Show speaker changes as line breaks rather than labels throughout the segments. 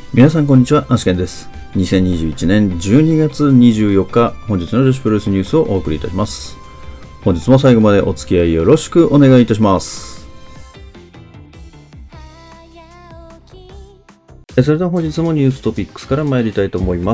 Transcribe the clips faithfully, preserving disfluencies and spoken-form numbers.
皆さんこんにちは、アシケンです。にせんにじゅういちねんじゅうにがつにじゅうよっか、本日の女子プロレスニュースをお送りいたします。本日も最後までお付き合いよろしくお願いいたします。それでは本日もニューストピックスから参りたいと思います。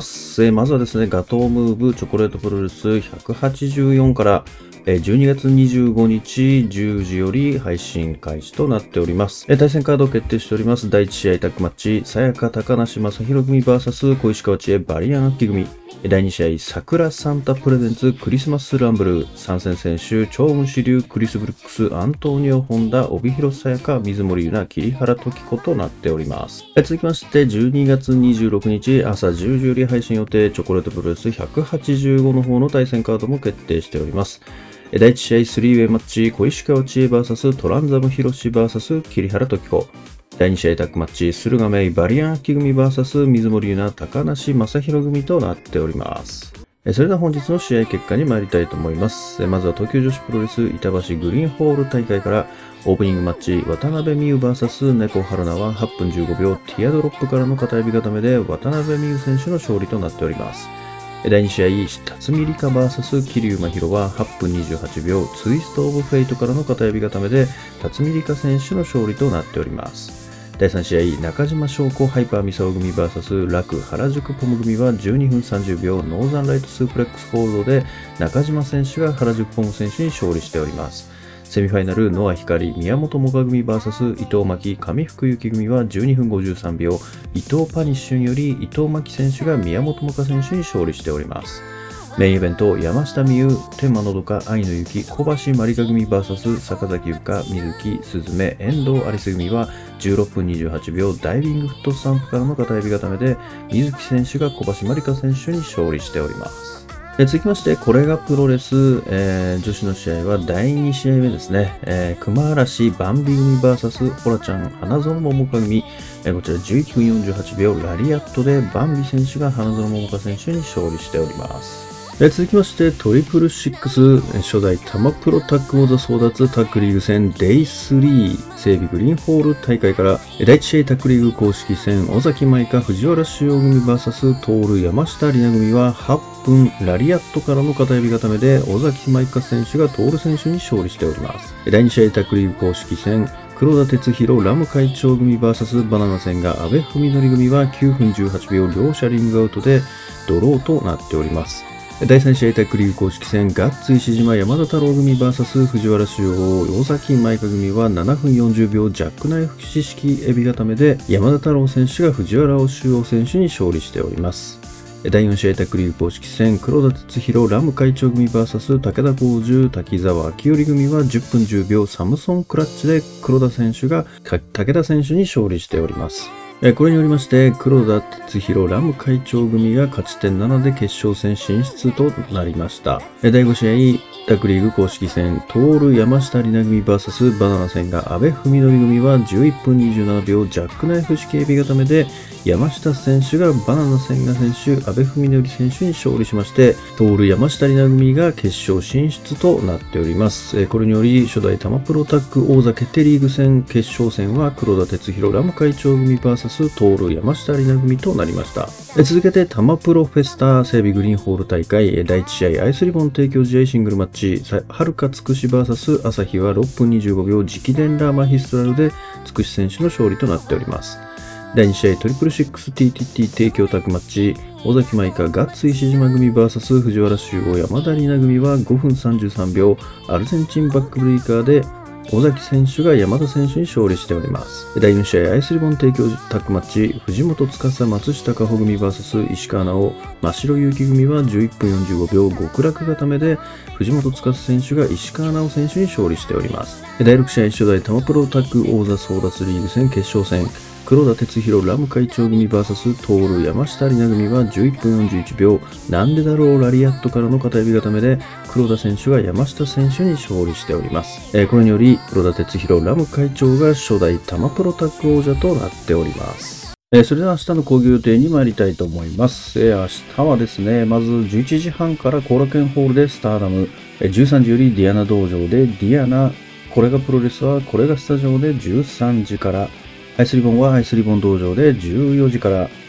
まずはですね、ガトームーブチョコレートプロレスひゃくはちじゅうよんからじゅうにがつにじゅうごにちじゅうじより配信開始となっております。対戦カードを決定しております。だいいち試合タッグマッチ、さやか高梨正宏組 ブイエス 小石川知恵バリアンアッキ組。だいに試合、桜サンタプレゼンツクリスマスランブル。参戦選手、超雲支流、クリス・ブルックス、アントニオ・ホンダ、帯広さやか、水森優奈、桐原時子となっております。続きまして、じゅうにがつにじゅうろくにち朝じゅうじより配信予定、チョコレートプロレスひゃくはちじゅうごの方の対戦カードも決定しております。だいいち試合スリーウェイマッチ、小石川知恵 ブイエス トランザムヒロシ ブイエス 桐原時子。だいに試合タッグマッチ、駿河メイバリアンアッキ組 ブイエス 水森優奈、高梨正宏組となっております。それでは本日の試合結果に参りたいと思います。まずは東京女子プロレス板橋グリーンホール大会からオープニングマッチ、渡辺美優 ブイエス 猫春菜ははっぷんじゅうごびょう、ティアドロップからの片指固めで渡辺美優選手の勝利となっております。だいに試合、辰巳梨花 ブイエス 桐生真宙ははっぷんにじゅうはちびょう、ツイストオブフェイトからの片指固めで辰巳梨花選手の勝利となっております。だいさん試合、中島翔子ハイパーミサオ組 ブイエス 楽原宿ポム組はじゅうにふんさんじゅうびょう、ノーザンライトスープレックスホールドで中島選手が原宿ポム選手に勝利しております。セミファイナル、ノア光、宮本萌歌組 ブイエス 伊藤真希、上福幸組はじゅうにふんごじゅうさんびょう、伊藤パニッシュにより伊藤真希選手が宮本萌歌選手に勝利しております。メインイベント、山下美優、天満のどか、愛の雪、小橋まりか組 ブイエス 坂崎ゆか、水木、鈴芽、遠藤有栖組はじゅうろっぷんにじゅうはちびょう、ダイビングフットスタンプからの片指固めで水木選手が小橋まりか選手に勝利しております。続きまして、これがプロレス、えー、女子の試合はだいに試合目ですね。えー、熊嵐バンビ組 ブイエス ホラちゃん、花園桃香組。えー、こちらじゅういっぷんよんじゅうはちびょう、ラリアットでバンビ選手が花園桃香選手に勝利しております。続きまして、トリプルシックス初代タマプロタッグ王座争奪タッグリーグ戦 デイスリー 整備グリーンホール大会からだいいち試合タッグリーグ公式戦尾崎舞香藤原修陽組 ブイエス トール山下里奈組ははっぷんラリアットからの片指固めで尾崎舞香選手がトール選手に勝利しております。だいに試合タッグリーグ公式戦黒田哲弘ラム会長組 ブイエス バナナ戦が阿部文則組はきゅうふんじゅうはちびょう両者リングアウトでドローとなっております。だいさん試合タッグリーグ公式戦ガッツ石島山田太郎組 ブイエス 藤原修陽尾崎舞香組はななふんよんじゅうびょうジャックナイフ四式エビ固めで山田太郎選手が藤原修陽選手に勝利しております。だいよん試合タッグリーグ公式戦黒田哲弘ラム会長組 ブイエス 武田浩二滝沢明頼組はじゅっぷんじゅうびょうサムソンクラッチで黒田選手が武田選手に勝利しております。これによりまして黒田哲弘ラム会長組が勝ち点ななで決勝戦進出となりました。だいご試合タッグリーグ公式戦トール山下里奈組 ブイエス バナナ戦が阿部文則組はじゅういっぷんにじゅうななびょうジャックナイフ式エビ固めで山下選手がバナナ千賀選手阿部文則選手に勝利しましてトール山下里奈組が決勝進出となっております。これにより初代タマプロタッグ王座決定リーグ戦決勝戦は黒田哲弘ラム会長組 ブイエス トール山下里奈組となりました。続けてタマプロフェスタ整備グリーンホール大会だいいち試合アイスリボン提供試合シングルマッチはるかつくし ブイエス 朝日はろっぷんにじゅうごびょう直伝ラーマヒストラルでつくし選手の勝利となっております。だいに試合トリプルシックス ティーティーティー 提供タッグマッチ尾崎舞香ガッツ石島組 ブイエス 藤原修陽山田里奈組はごふんさんじゅうさんびょうアルゼンチンバックブレイカーで尾崎選手が山田選手に勝利しております。だいよん試合アイスリボン提供タッグマッチ藤本司松下香穂組 ブイエス 石川直真城祐希組はじゅういっぷんよんじゅうごびょう極楽固めで藤本司選手が石川直選手に勝利しております。だいろく試合初代タマプロタッグ王座争奪リーグ戦決勝戦黒田哲弘ラム会長組 ブイエス トール山下里奈組はじゅういっぷんよんじゅういちびょうなんでだろうラリアットからの片指固めで黒田選手が山下選手に勝利しております。えー、これにより黒田哲弘ラム会長が初代タマプロタッグ王者となっております。えー、それでは明日の講義予定に参りたいと思います。えー、明日はですね、まずじゅういちじはんから後楽園ホールでスターダム、えー、じゅうさんじよりディアナ道場でディアナ、これがプロレスはこれがスタジオでじゅうさんじから、アイスリボンはアイスリボン道場でじゅうよじから、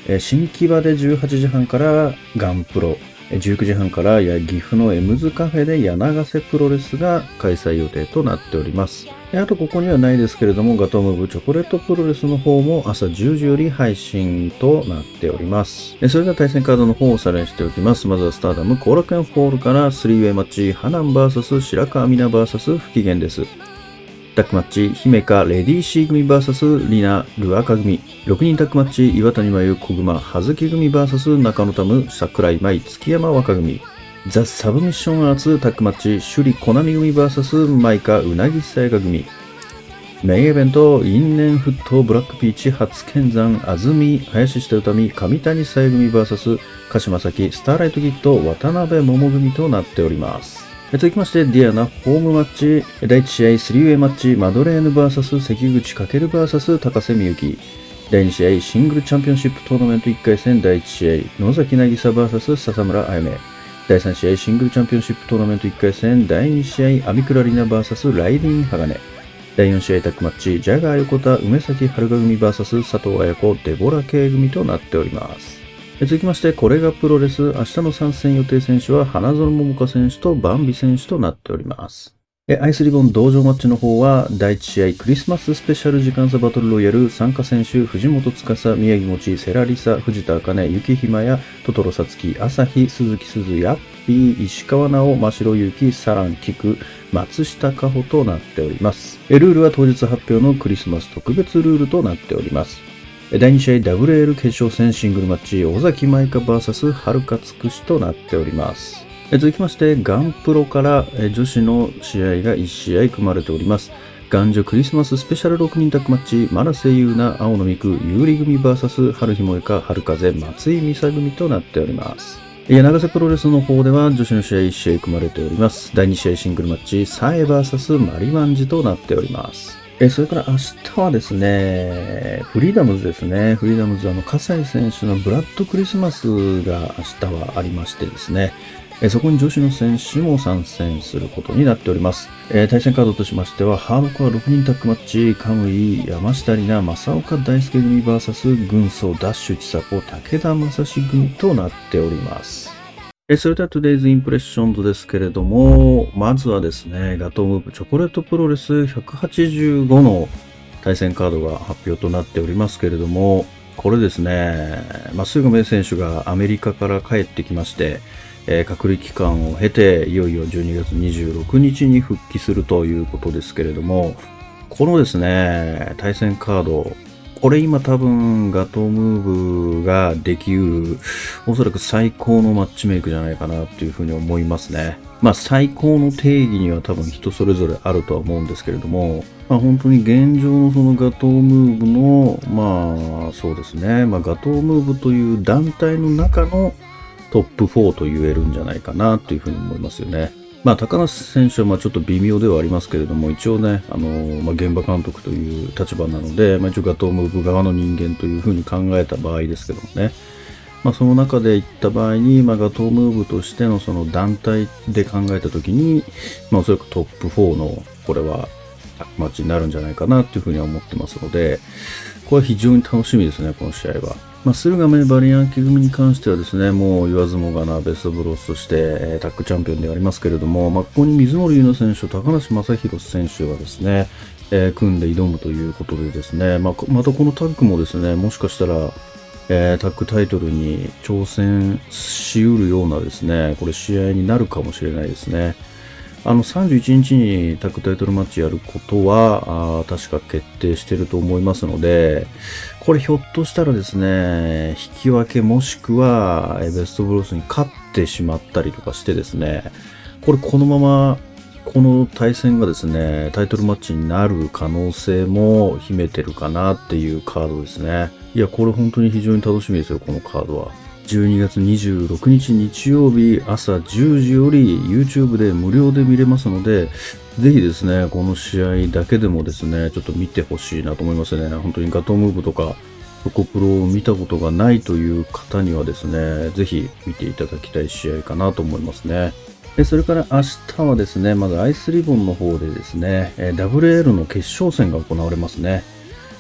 新木場でじゅうはちじはんからガンプロ、じゅうくじはんから岐阜のエムズカフェで柳瀬プロレスが開催予定となっております。あとここにはないですけれども、ガトームーブチョコレートプロレスの方も朝じゅうじより配信となっております。それでは対戦カードの方をおさらいしておきます。まずはスターダム後楽園ホールからスリーウェイマッチ、ハナン ブイエス 白川美奈 ブイエス 不機嫌です。タッグマッチ、姫香レディーシー組 ブイエス リナルアカ組。ろくにんタッグマッチ、岩谷真由小熊葉月組 ブイエス 中野タム桜井舞月山若組。ザ・サブミッションアーツタッグマッチ、首里小波組 ブイエス 舞香うなぎさやか組。メインイベント、因縁沸騰ブラックピーチ初見山安住林下歌美上谷さや組 ブイエス 鹿島崎スターライトキッド渡辺桃組となっております。続きまして、ディアナホームマッチ、だいいち試合スリーウェイマッチ、マドレーヌ ブイエス 関口翔 ブイエス 高瀬美幸。だいに試合シングルチャンピオンシップトーナメントいっかい戦だいいち試合、野崎渚 ブイエス 笹村彩芽。だいさん試合シングルチャンピオンシップトーナメントいっかい戦だいに試合、アミクラリナ ブイエス ライディン鋼。だいよん試合タッグマッチ、ジャガー横田梅崎遥組 ブイエス 佐藤綾子デボラ系組となっております。続きまして、これがプロレス。明日の参戦予定選手は、花園桃香選手とバンビ選手となっております。アイスリボン道場マッチの方は、だいいち試合クリスマススペシャル時間差バトルロイヤル参加選手、藤本司、宮城もち、セラリサ、藤田茜、雪ひまや、トトロさつき、朝日、鈴木鈴、ヤッピー、石川直、真城ゆき、サラン、菊、松下香穂となっております。ルールは当日発表のクリスマス特別ルールとなっております。だいに試合 ダブリューエル 決勝戦シングルマッチ、尾崎舞香 ブイエス 遥かつくしとなっております。続きまして、ガンプロから女子の試合がいち試合組まれております。男女クリスマススペシャルろくにんタッグマッチ、真瀬優奈、青野美久、有利組 ブイエス 春日萌香、春風、松井美沙組となっております。柳瀬プロレスの方では女子の試合いち試合組まれております。だいに試合シングルマッチ、サエ ブイエス マリマンジとなっております。えそれから明日はですね、フリーダムズですね。フリーダムズはあの、葛西選手のブラッドクリスマスが明日はありましてですね、えそこに女子の選手も参戦することになっております。え対戦カードとしましては、ハードコアろくにんタッグマッチ、カムイ、山下里奈、正岡大輔組 ブイエス 軍曹ダッシュ千佐子、武田正史組となっております。それでは Today's Impressions ですけれども、まずはですね、ガトームーブチョコレートプロレスひゃくはちじゅうごの対戦カードが発表となっておりますけれども、これですね、松永明選手がアメリカから帰ってきまして、えー、隔離期間を経て、いよいよじゅうにがつにじゅうろくにちに復帰するということですけれども、このですね、対戦カード、これ今多分ガトームーブができうるおそらく最高のマッチメイクじゃないかなっていうふうに思いますね。まあ最高の定義には多分人それぞれあるとは思うんですけれども、まあ本当に現状のそのガトームーブのまあそうですね、まあガトームーブという団体の中のトップフォーと言えるんじゃないかなというふうに思いますよね。まあ、高梨選手はまあちょっと微妙ではありますけれども、一応ね、あのーまあ、現場監督という立場なので、まあ、一応ガトームーブ側の人間というふうに考えた場合ですけどもね、まあ、その中でいった場合に、まあ、ガトームーブとしてのその団体で考えたときに、まあ、おそらくトップフォーの、これは、マッチになるんじゃないかなというふうには思ってますので、これは非常に楽しみですね、この試合は。まあ、駿河メバリアンキ組に関してはですね、もう言わずもがなベストブロスとして、えー、タッグチャンピオンではありますけれども、まあ、ここに水森優奈選手と高梨正宏選手がですね、えー、組んで挑むということでですね、まあ、またこのタッグもですね、もしかしたら、えー、タッグタイトルに挑戦しうるようなですね、これ試合になるかもしれないですね。あのさんじゅういちにちにタッグタイトルマッチやることは確か決定していると思いますので、これひょっとしたらですね、引き分けもしくはベストブロスに勝ってしまったりとかしてですね、これこのままこの対戦がですね、タイトルマッチになる可能性も秘めてるかなっていうカードですね。いや、これ本当に非常に楽しみですよ、このカードは。じゅうにがつにじゅうろくにち日曜日朝じゅうじより YouTube で無料で見れますので、ぜひですね、この試合だけでもですね、ちょっと見てほしいなと思いますね。本当にガトームーブとか、チョコプロを見たことがないという方にはですね、ぜひ見ていただきたい試合かなと思いますね。それから明日はですね、まずアイスリボンの方でですね、ダブリューエル の決勝戦が行われますね。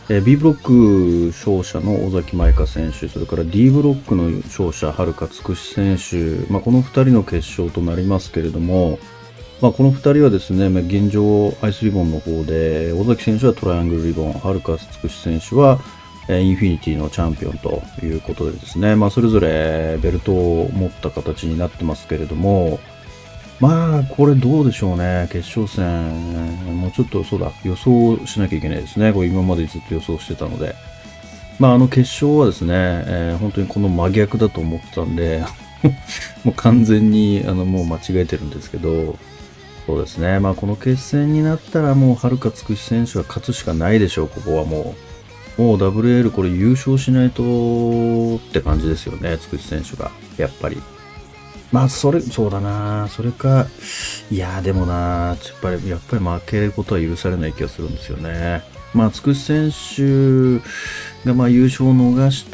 えー B ブロック勝者の尾崎舞香選手、それから D ブロックの勝者、遥かつくし選手、まあ、このふたりの決勝となりますけれども、まあ、このふたりはですね、まあ、現状アイスリボンの方で、尾崎選手はトライアングルリボン、遥かつくし選手はえーインフィニティのチャンピオンということでですね、まあ、それぞれベルトを持った形になってますけれども、まあ、これどうでしょうね。決勝戦、もうちょっとそうだ、予想しなきゃいけないですね。これ今までずっと予想してたので。まあ、あの決勝はですね、えー本当にこの真逆だと思ってたんで、もう完全にあのもう間違えてるんですけど、そうですね。まあ、この決戦になったらもう、遥かつくし選手は勝つしかないでしょう、ここはもう。もう ダブリューエル これ優勝しないとって感じですよね、つくし選手が。やっぱり。まあ、それ、そうだな。それか、いや、でもな、やっぱり、やっぱり負けることは許されない気がするんですよね。まあ、つくし選手がまあ優勝を逃して、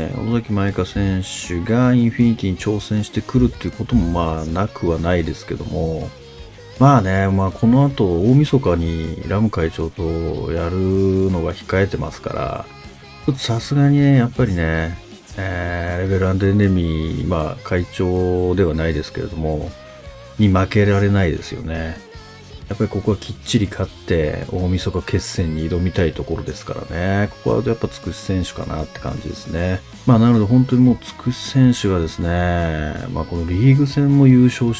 尾崎舞香選手がインフィニティに挑戦してくるっていうこともまあなくはないですけども、まあね、まあこの後大晦日にラム会長とやるのが控えてますから、ちょっとさすがにね、やっぱりね、えーレベルアンドエネミー、まあ会長ではないですけれども、に負けられないですよね。やっぱりここはきっちり勝って大晦日決戦に挑みたいところですからね。ここはやっぱつくし選手かなって感じですね。まあなので本当にもうつくし選手がですね、まあこのリーグ戦も優勝して、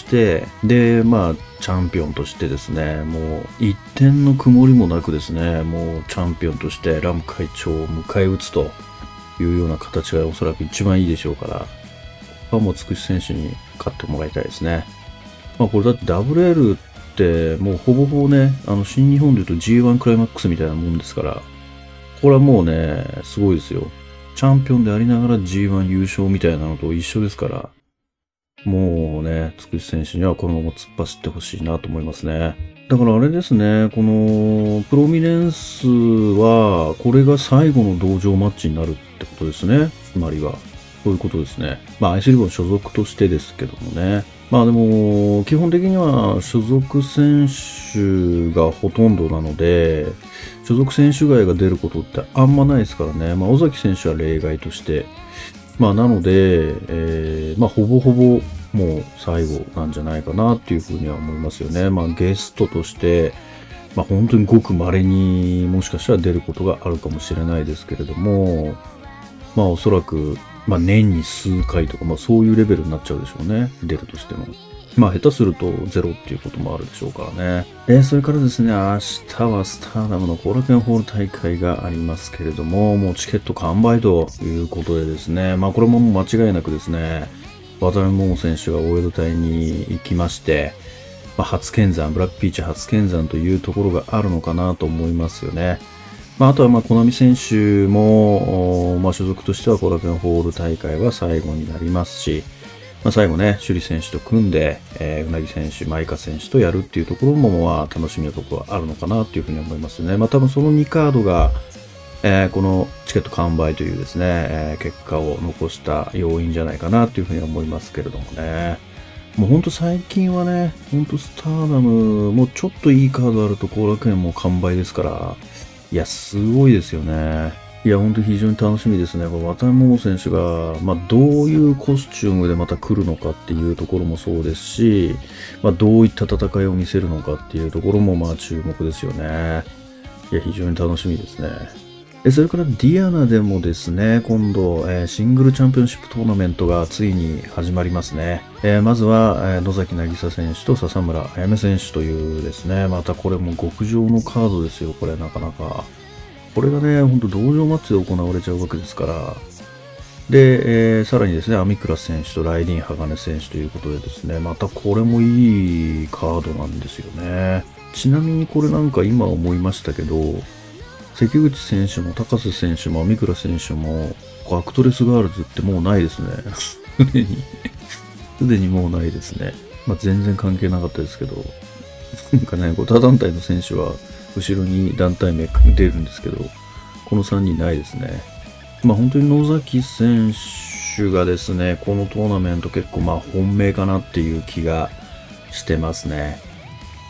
で、まあチャンピオンとしてですね、もう一点の曇りもなくですね、もうチャンピオンとしてラム会長を迎え撃つというような形がおそらく一番いいでしょうから、ここはもうつくし選手に勝ってもらいたいですね。まあこれだって ダブリューエル ってもうほぼほぼね、あの新日本で言うと ジーワン クライマックスみたいなもんですから、これはもうね、すごいですよ。チャンピオンでありながら ジーワン 優勝みたいなのと一緒ですから、もうね、つくし選手にはこのまま突っ走ってほしいなと思いますね。だからあれですね、このプロミネンスは、これが最後の道場マッチになるってことですね。つまりは。そういうことですね。まあ、アイスリボン所属としてですけどもね。まあでも、基本的には所属選手がほとんどなので、所属選手外が出ることってあんまないですからね。まあ、尾崎選手は例外として。まあ、なので、えーまあ、ほぼほぼもう最後なんじゃないかなっていうふうには思いますよね。まあ、ゲストとして、まあ、本当にごく稀にもしかしたら出ることがあるかもしれないですけれども、まあ、おそらく、まあ、年に数回とか、まあ、そういうレベルになっちゃうでしょうね。出るとしても。まあ、下手するとゼロっていうこともあるでしょうからね。えーそれからですね、明日はスターダムの後楽園ホール大会がありますけれども、もうチケット完売ということでですね、まあ、これももう間違いなくですね、渡辺桃選手が大江戸隊に行きまして、まあ、初見山、ブラックピーチ初見山というところがあるのかなと思いますよね。まあ、あとは、まあ、コナミ選手も、おまあ、所属としては後楽園ホール大会は最後になりますし、まあ、最後ね、首里選手と組んで、えーうなぎ選手、舞香選手とやるっていうところも、まあ、楽しみなところはあるのかなっていうふうに思いますね。まあ、多分そのにカードが、えーこのチケット完売というですね、えー結果を残した要因じゃないかなというふうに思いますけれどもね。もうほんと最近はね、ほんとスターダムもちょっといいカードあると後楽園も完売ですから、いや、すごいですよね。いや、ほんと非常に楽しみですね。これ渡辺桃選手が、まあ、どういうコスチュームでまた来るのかっていうところもそうですし、まあ、どういった戦いを見せるのかっていうところも、まあ、注目ですよね。いや、非常に楽しみですね。えそれからディアナでもですね、今度、えーシングルチャンピオンシップトーナメントがついに始まりますね。えーまずは、えー野崎渚選手と笹村彩芽選手というですね、またこれも極上のカードですよ、これなかなか。これがね、ほんと道場マッチで行われちゃうわけですから。で、えーさらにですね、アミクラス選手とライディン・ハガネ選手ということでですね、またこれもいいカードなんですよね。ちなみにこれなんか今思いましたけど、関口選手も高瀬選手も三倉選手もアクトレスガールズってもうないですね。すでに、すでにもうないですね。まあ、全然関係なかったですけど、なんかね、他団体の選手は後ろに団体名出るんですけど、このさんにんないですね。まあ本当に野崎選手がですね、このトーナメント結構まあ本命かなっていう気がしてますね。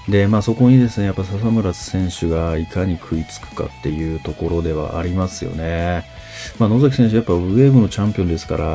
で、まあそこにですね、やっぱ笹村選手がいかに食いつくかっていうところではありますよね。まあ野崎選手やっぱウェーブのチャンピオンですから、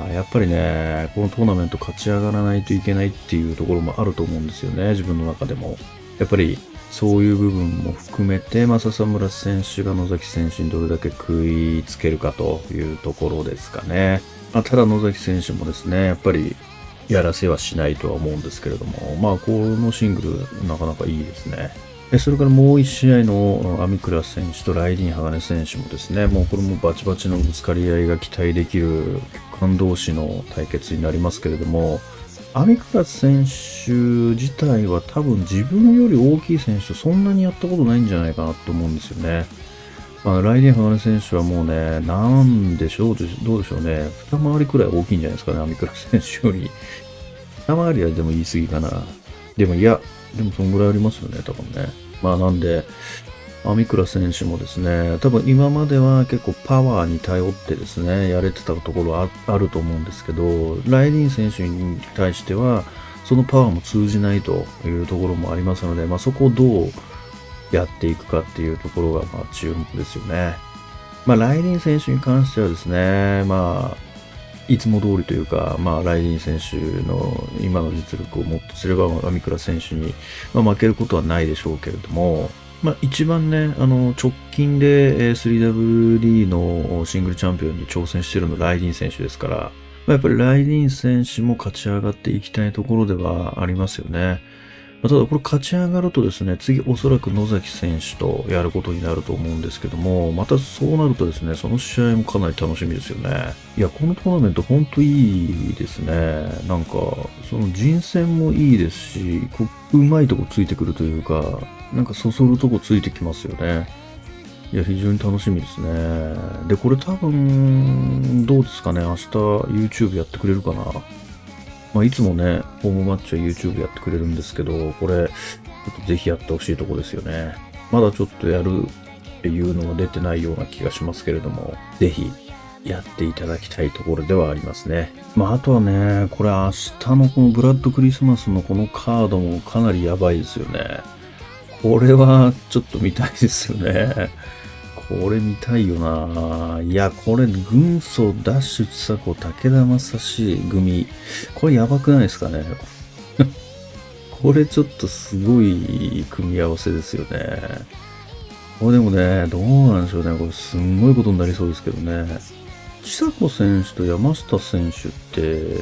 やっぱりね、このトーナメント勝ち上がらないといけないっていうところもあると思うんですよね、自分の中でも。やっぱりそういう部分も含めて、まあ笹村選手が野崎選手にどれだけ食いつけるかというところですかね。まあ、ただ野崎選手もですね、やっぱりやらせはしないとは思うんですけれども、まあ、このシングル、なかなかいいですね。それからもう一試合のアミクラ選手とライディン・ハガネ選手もですね、もうこれもバチバチのぶつかり合いが期待できる極寒同士の対決になりますけれども、アミクラ選手自体は多分自分より大きい選手とそんなにやったことないんじゃないかなと思うんですよね。まあ、ライデン・ハガネ選手はもうね、なんでしょう、どうでしょうね。二回りくらい大きいんじゃないですかね、アミクラ選手より。二回りはでも言い過ぎかな。でもいや、でもそんぐらいありますよね、多分ね。まあなんで、アミクラ選手もですね、多分今までは結構パワーに頼ってですね、やれてたところはあると思うんですけど、ライディン選手に対しては、そのパワーも通じないというところもありますので、まあそこをどうやっていくかっていうところがまあ注目ですよね。まあライディン選手に関してはですね、まあいつも通りというか、まあ、ライディン選手の今の実力をもってすれば、アミクラ選手に、まあ、負けることはないでしょうけれども、まあ、一番ね、あの、直近で スリーダブリューディー のシングルチャンピオンに挑戦しているのはライディン選手ですから、まあ、やっぱりライディン選手も勝ち上がっていきたいところではありますよね。ただこれ勝ち上がるとですね、次おそらく野崎選手とやることになると思うんですけども、またそうなるとですね、その試合もかなり楽しみですよね。いや、このトーナメントほんといいですね。なんか、その人選もいいですし、こう、うまいとこついてくるというか、なんかそそるとこついてきますよね。いや、非常に楽しみですね。で、これ多分、どうですかね、明日 YouTube やってくれるかな。まあ、いつもね、ホームマッチは YouTube やってくれるんですけど、これ、ちょっとぜひやってほしいとこですよね。まだちょっとやるっていうのが出てないような気がしますけれども、ぜひやっていただきたいところではありますね。まあ、あとはね、これ明日のこのブラッドクリスマスのこのカードもかなりやばいですよね。これはちょっと見たいですよね。これ見たいよな。いや、これ、軍曹、ダッシュ、ちさ子、武田正史組。これやばくないですかね。これちょっとすごい組み合わせですよね。これでもね、どうなんでしょうね。これすんごいことになりそうですけどね。ちさ子選手と山下選手って、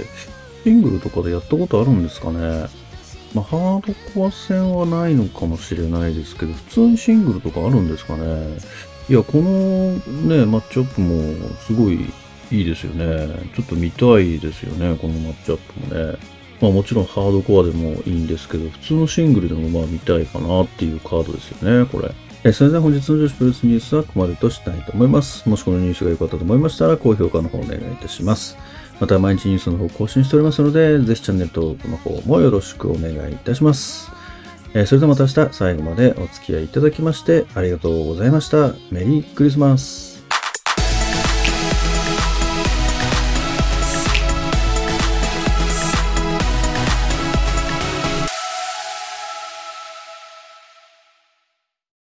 シングルとかでやったことあるんですかね。まあ、ハードコア戦はないのかもしれないですけど、普通にシングルとかあるんですかね。いや、このね、マッチアップもすごいいいですよね。ちょっと見たいですよね、このマッチアップもね。まあもちろんハードコアでもいいんですけど、普通のシングルでもまあ見たいかなっていうカードですよね、これ。えそれでは本日の女子プロレスニュースはここまでとしたいと思います。もしこのニュースが良かったと思いましたら、高評価の方お願いいたします。また毎日ニュースの方更新しておりますので、ぜひチャンネル登録の方もよろしくお願いいたします。えそれではまた明日最後までお付き合いいただきましてありがとうございました。メリークリスマス。